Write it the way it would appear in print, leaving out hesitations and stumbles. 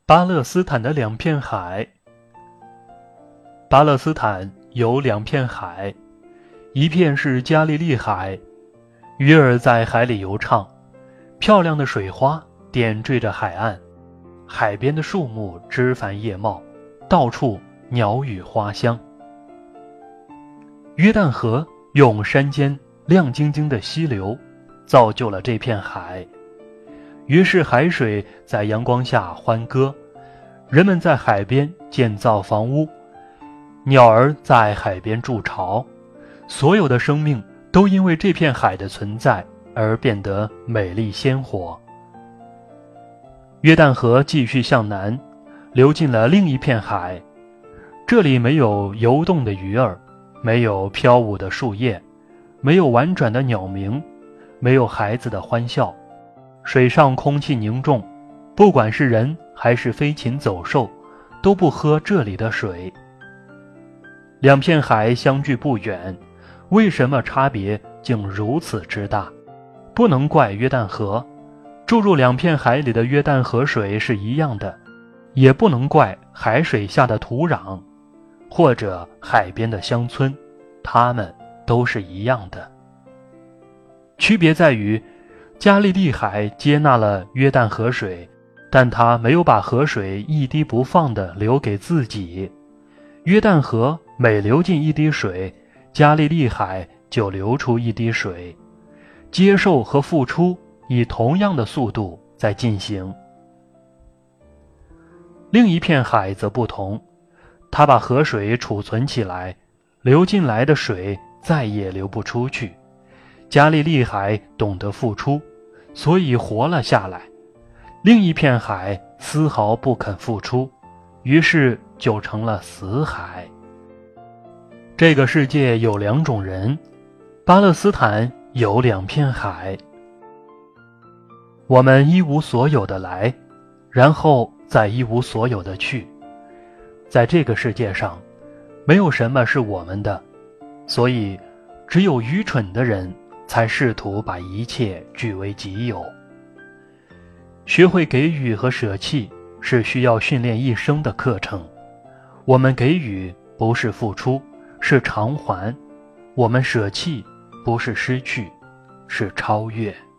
巴勒斯坦的两片海。巴勒斯坦有两片海，一片是加利利海，鱼儿在海里游唱，漂亮的水花点缀着海岸，海边的树木枝繁叶茂，到处鸟语花香。约旦河用山间亮晶晶的溪流造就了这片海，于是海水在阳光下欢歌，人们在海边建造房屋，鸟儿在海边筑巢，所有的生命都因为这片海的存在而变得美丽鲜活。约旦河继续向南，流进了另一片海，这里没有游动的鱼儿，没有飘舞的树叶，没有婉转的鸟鸣，没有孩子的欢笑，水上空气凝重，不管是人还是飞禽走兽，都不喝这里的水。两片海相距不远，为什么差别竟如此之大？不能怪约旦河，注入两片海里的约旦河水是一样的，也不能怪海水下的土壤，或者海边的乡村，它们都是一样的。区别在于，加利利海接纳了约旦河水，但它没有把河水一滴不放地流给自己。约旦河每流进一滴水，加利利海就流出一滴水，接受和付出以同样的速度在进行。另一片海则不同，它把河水储存起来，流进来的水再也流不出去。加利利海懂得付出，所以活了下来。另一片海丝毫不肯付出，于是就成了死海。这个世界有两种人，巴勒斯坦有两片海。我们一无所有的来，然后再一无所有的去。在这个世界上，没有什么是我们的，所以只有愚蠢的人才试图把一切据为己有。学会给予和舍弃是需要训练一生的课程。我们给予不是付出，是偿还；我们舍弃不是失去，是超越。